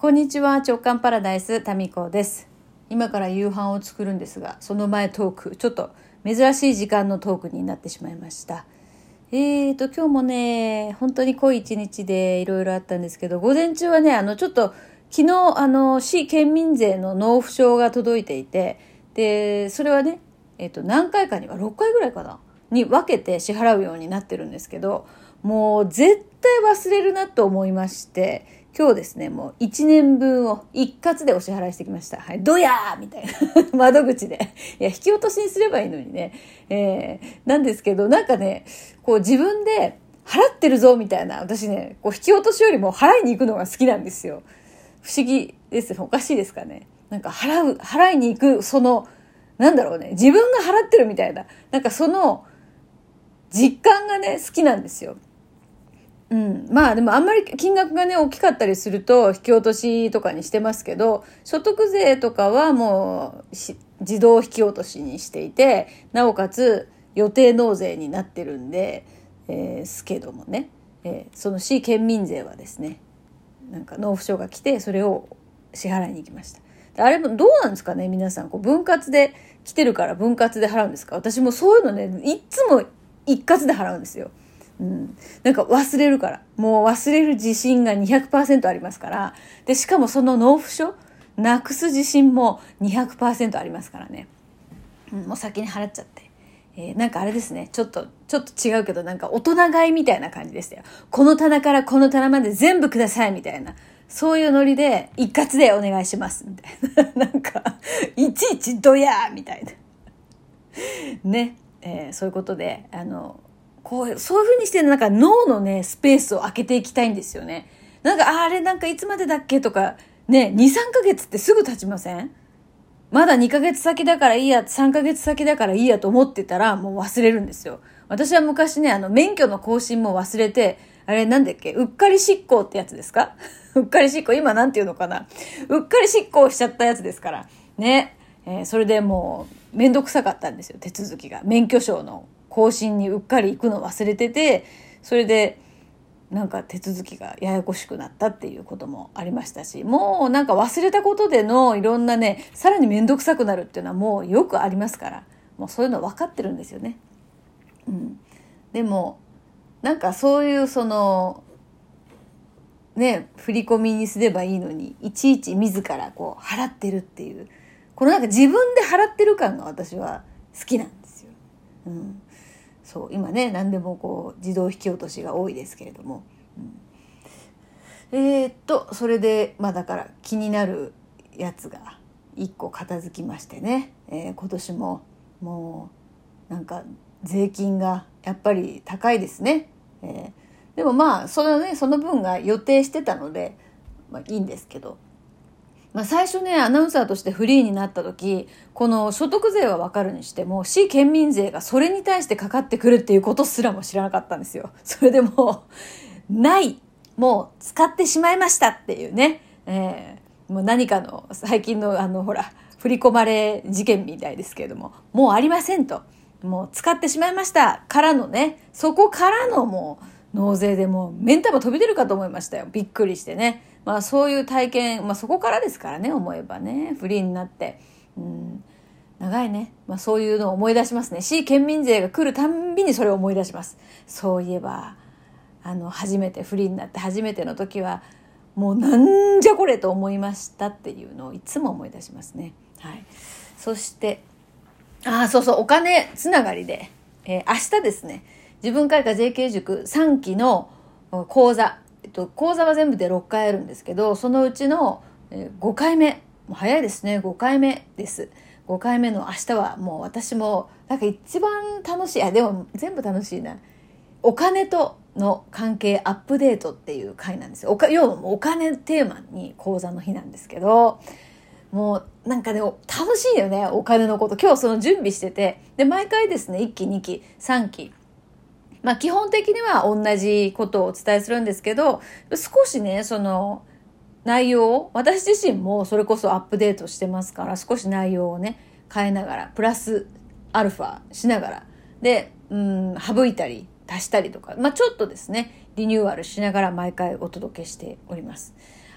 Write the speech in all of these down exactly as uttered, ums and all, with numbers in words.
こんにちは、直感パラダイスタミコです。今から夕飯を作るんですが、その前トーク、ちょっと珍しい時間のトークになってしまいました。えーと今日もね、本当に濃い一日でいろいろあったんですけど、午前中はね、あのちょっと昨日あの市県民税の納付書が届いていて、でそれはね、えーと何回かにはろっかいぐらいかなに分けて支払うようになってるんですけど、もう絶対忘れるなと思いまして、今日ですね、もういちねんぶんを一括でお支払いしてきました。はい、どやーみたいな窓口で。いや、引き落としにすればいいのにね。えー、なんですけど、なんかね、こう自分で払ってるぞみたいな、私ね、こう引き落としよりも払いに行くのが好きなんですよ。不思議です。おかしいですかね。なんか払う、払いに行く、その、なんだろうね、自分が払ってるみたいな、なんかその実感がね、好きなんですよ。うん、まあでもあんまり金額がね大きかったりすると引き落としとかにしてますけど、所得税とかはもう自動引き落としにしていて、なおかつ予定納税になってるんで、えー、すけどもね、えー、その市県民税はですね、なんか納付書が来てそれを支払いに行きました。あれもどうなんですかね、皆さんこう分割で来てるから分割で払うんですか？私もそういうのね、いつも一括で払うんですよ。うん、なんか忘れるから、もう忘れる自信が にひゃくパーセント ありますから。でしかもその納付書なくす自信も にひゃくパーセント ありますからね、うん、もう先に払っちゃって、えー、なんかあれですね、ちょっとちょっと違うけど、なんか大人買いみたいな感じでしたよ。この棚からこの棚まで全部くださいみたいな、そういうノリで一括でお願いしますみたいななんかいちいちドヤーみたいなね、えー、そういうことで、あのこうそういう風にしてなんか脳のねスペースを空けていきたいんですよね。なんかあれなんかいつまでだっけとかね、にさんかげつってすぐ経ちません？まだにかげつ先だからいいや、さんかげつ先だからいいやと思ってたらもう忘れるんですよ。私は昔ね、あの免許の更新も忘れて、あれなんだっけ、うっかり執行ってやつですかうっかり執行、今なんていうのかな、うっかり執行しちゃったやつですからね、えー、それでもうめんどくさかったんですよ、手続きが。免許証の更新にうっかり行くの忘れてて、それでなんか手続きがややこしくなったっていうこともありましたし、もうなんか忘れたことでのいろんなね、さらにめんどくさくなるっていうのはもうよくありますから、もうそういうの分かってるんですよね。うん、でもなんかそういうそのね、振り込みにすればいいのに、いちいち自らこう払ってるっていう、このなんか自分で払ってる感が私は好きなんですよ。うん、そう今ね、何でもこう自動引き落としが多いですけれども、うん、えー、っとそれでまあだから気になるやつがいっこ片付きましてね、えー、今年ももうなんか税金がやっぱり高いですね。えーでもまあそのね、その分が予定してたので、まあ、いいんですけど、まあ、最初ねアナウンサーとしてフリーになった時、この所得税は分かるにしても市県民税がそれに対してかかってくるっていうことすらも知らなかったんですよ。それでもうないもう使ってしまいましたっていうね、えー、もう何かの最近のあのほら振り込まれ事件みたいですけれども、もうありませんと、もう使ってしまいましたからのね、そこからのもう納税でもう目ん玉飛び出るかと思いましたよ。びっくりしてね。まあそういう体験、まあそこからですからね、思えばね、フリーになって。うん、長いね。まあそういうのを思い出しますね。市県民税が来るたんびにそれを思い出します。そういえば、あの、初めてフリーになって初めての時は、もうなんじゃこれと思いましたっていうのをいつも思い出しますね。はい。そして、ああ、そうそう、お金つながりで、えー、明日ですね、自分会課 ジェーケー 塾さんきの講座、えっと、講座は全部でろっかいあるんですけど、そのうちのごかいめ、もう早いですね、ごかいめです。ごかいめの明日はもう私もなんか一番楽しい、あ、でも全部楽しいな、お金との関係アップデートっていう回なんですよ。おか要はもうお金テーマに講座の日なんですけど、もうなんかね楽しいよね、お金のこと。今日その準備してて、で毎回ですねいっきにきさんき、まあ基本的には同じことをお伝えするんですけど、少しねその内容を私自身もそれこそアップデートしてますから、少し内容をね変えながらプラスアルファしながらで、うん省いたり足したりとか、まあちょっとですねリニューアルしながら毎回お届けしております。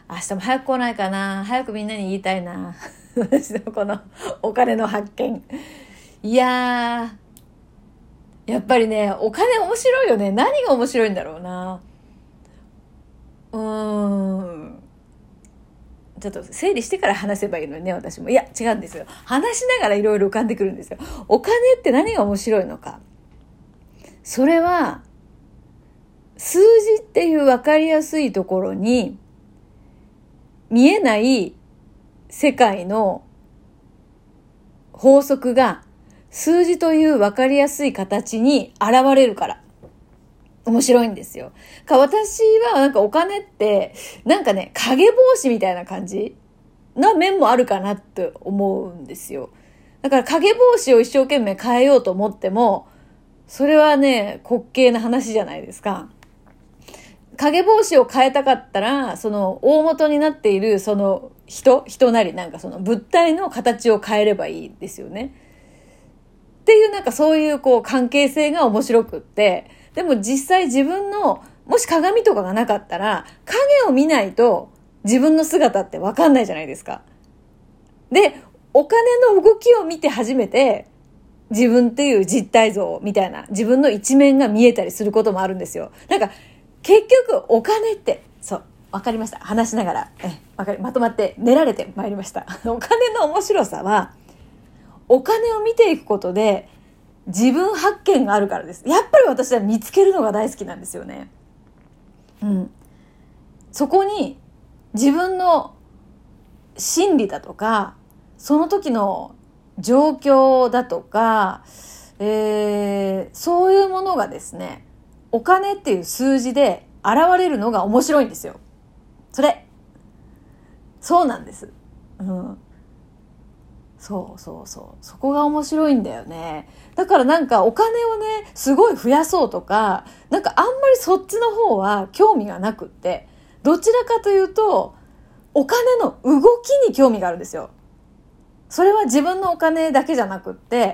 明日も早く来ないかな。早くみんなに言いたいな。私のこのお金の発見。いやー、やっぱりね、お金面白いよね。何が面白いんだろうな。うーん。ちょっと整理してから話せばいいのにね、私も。いや、違うんですよ。話しながらいろいろ浮かんでくるんですよ。お金って何が面白いのか。それは、数字っていう分かりやすいところに、見えない世界の法則が数字という分かりやすい形に現れるから面白いんですよ。か私はなんかお金ってなんかね、影帽子みたいな感じな面もあるかなって思うんですよ。だから影帽子を一生懸命変えようと思ってもそれはね、滑稽な話じゃないですか。影帽子を変えたかったら、その大元になっているその人、人なりなんかその物体の形を変えればいいですよね。っていうなんかそういうこう関係性が面白くって、でも実際自分の、もし鏡とかがなかったら、影を見ないと自分の姿ってわかんないじゃないですか。で、お金の動きを見て初めて、自分っていう実体像みたいな、自分の一面が見えたりすることもあるんですよ。なんか、結局お金ってそうわかりました。話しながらえわかりまとまって練られてまいりました。お金の面白さはお金を見ていくことで自分発見があるからです。やっぱり私は見つけるのが大好きなんですよね。うん。そこに自分の心理だとかその時の状況だとか、えー、そういうものがですね、お金っていう数字で現れるのが面白いんですよ。それ。そうなんです。うん。そうそうそう。そこが面白いんだよね。だからなんかお金をね、すごい増やそうとか、なんかあんまりそっちの方は興味がなくって、どちらかというと、お金の動きに興味があるんですよ。それは自分のお金だけじゃなくって、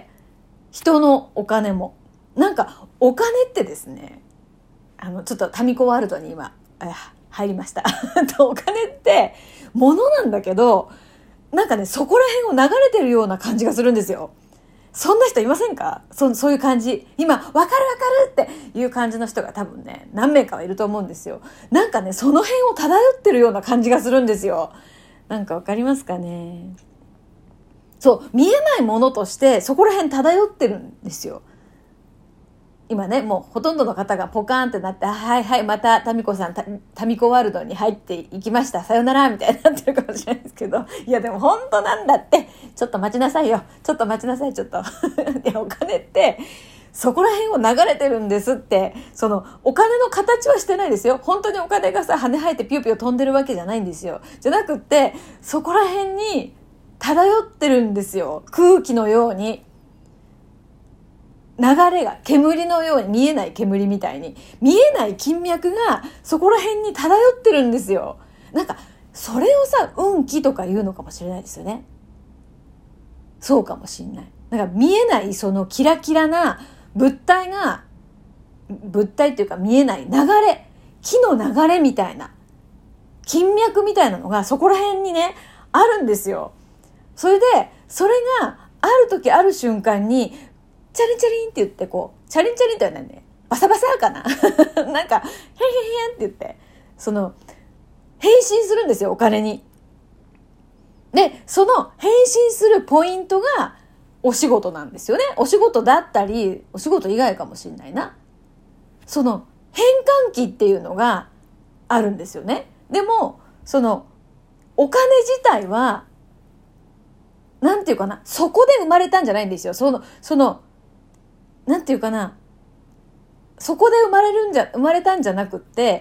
人のお金も。なんかお金ってですね、あのちょっとタミコワールドに今入りましたお金って物なんだけど、なんかね、そこら辺を流れてるような感じがするんですよ。そんな人いませんか？そそういう感じ。今わかるわかるっていう感じの人が多分ね、何名かはいると思うんですよ。なんかね、その辺を漂ってるような感じがするんですよ。なんかわかりますかね。そう、見えないものとしてそこら辺漂ってるんですよ。今ね、もうほとんどの方がポカーンってなって、はいはい、またタミコさん、タ, タミコワールドに入っていきました。さよならみたいになってるかもしれないですけど、いやでも本当なんだって、ちょっと待ちなさいよ。ちょっと待ちなさい、ちょっと。いや、お金って、そこら辺を流れてるんですって、その、お金の形はしてないですよ。本当にお金がさ、羽生えてピューピュー飛んでるわけじゃないんですよ。じゃなくって、そこら辺に漂ってるんですよ。空気のように。流れが煙のように、見えない煙みたいに見えない金脈がそこら辺に漂ってるんですよ。なんかそれをさ、運気とか言うのかもしれないですよね。そうかもしれない。なんか見えないそのキラキラな物体が、物体っていうか見えない流れ、木の流れみたいな金脈みたいなのがそこら辺にね、あるんですよ。それでそれがある時ある瞬間にチャリンチャリンって言ってこう、チャリンチャリンって言うのはね、バサバサかななんか、ヘンヘンヘンって言って、その、変身するんですよ、お金に。で、その変身するポイントがお仕事なんですよね。お仕事だったり、お仕事以外かもしれないな。その、変換器っていうのがあるんですよね。でも、その、お金自体は、なんていうかな、そこで生まれたんじゃないんですよ。その、その、なんていうかな、そこで生まれるんじゃ、生まれたんじゃなくって、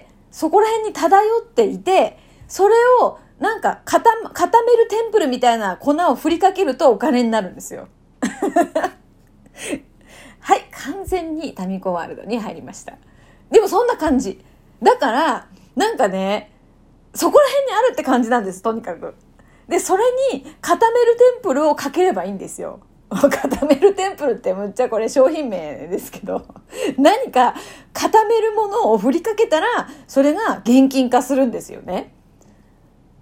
そこら辺に漂っていて、それをなんか固、固めるテンプルみたいな粉を振りかけるとお金になるんですよ。はい、完全にタミコワールドに入りました。でもそんな感じ。だから、なんかね、そこら辺にあるって感じなんです、とにかく。で、それに固めるテンプルをかければいいんですよ。固めるテンプルってむっちゃこれ商品名ですけど、何か固めるものを振りかけたらそれが現金化するんですよね。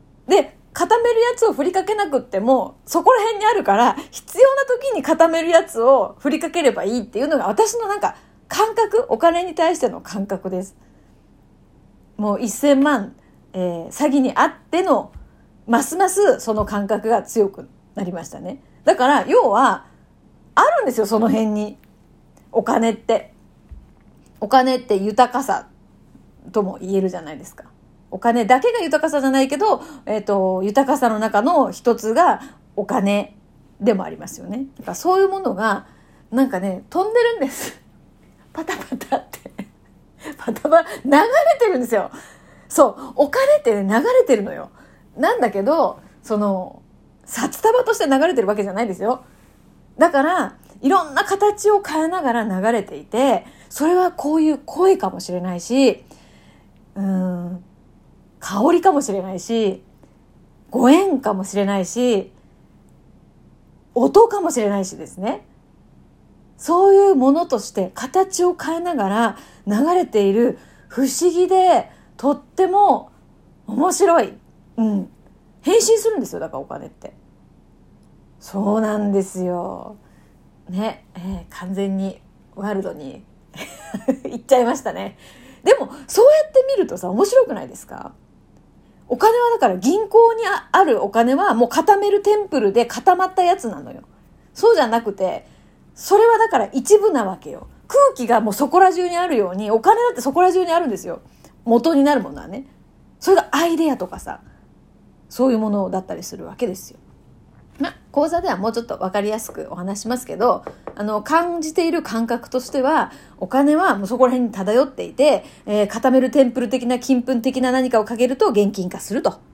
やつを振りかけなくってもそこら辺にあるから、必要な時に固めるやつを振りかければいいっていうのが私のなんか感覚、お金に対しての感覚です。もうせんまん、えー、詐欺にあってのますますその感覚が強くなりましたね。だから要はあるんですよ、その辺に。お金ってお金って豊かさとも言えるじゃないですか。お金だけが豊かさじゃないけど、えーと、豊かさの中の一つがお金でもありますよね。だからそういうものがなんかね飛んでるんです。パタパタってパタパタ流れてるんですよ。そうお金ってね流れてるのよ。なんだけどその札束として流れてるわけじゃないですよ。だからいろんな形を変えながら流れていて、それはこういう声かもしれないし、うーん香りかもしれないし、ご縁かもしれないし、音かもしれないしですね。そういうものとして形を変えながら流れている不思議でとっても面白い。うん。変身するんですよ、だからお金って。そうなんですよ。ね、えー、完全にワールドに行っちゃいましたね。でもそうやって見るとさ、面白くないですか？お金はだから銀行にあるお金はもう固めるテンプルで固まったやつなのよ。そうじゃなくて、それはだから一部なわけよ。空気がもうそこら中にあるように、お金だってそこら中にあるんですよ。元になるものはね。それがアイデアとかさ、そういうものだったりするわけですよ。ま、講座ではもうちょっと分かりやすくお話しますけど、あの感じている感覚としては、お金はもうそこら辺に漂っていて、えー、固めるテンプル的な金粉的な何かをかけると現金化すると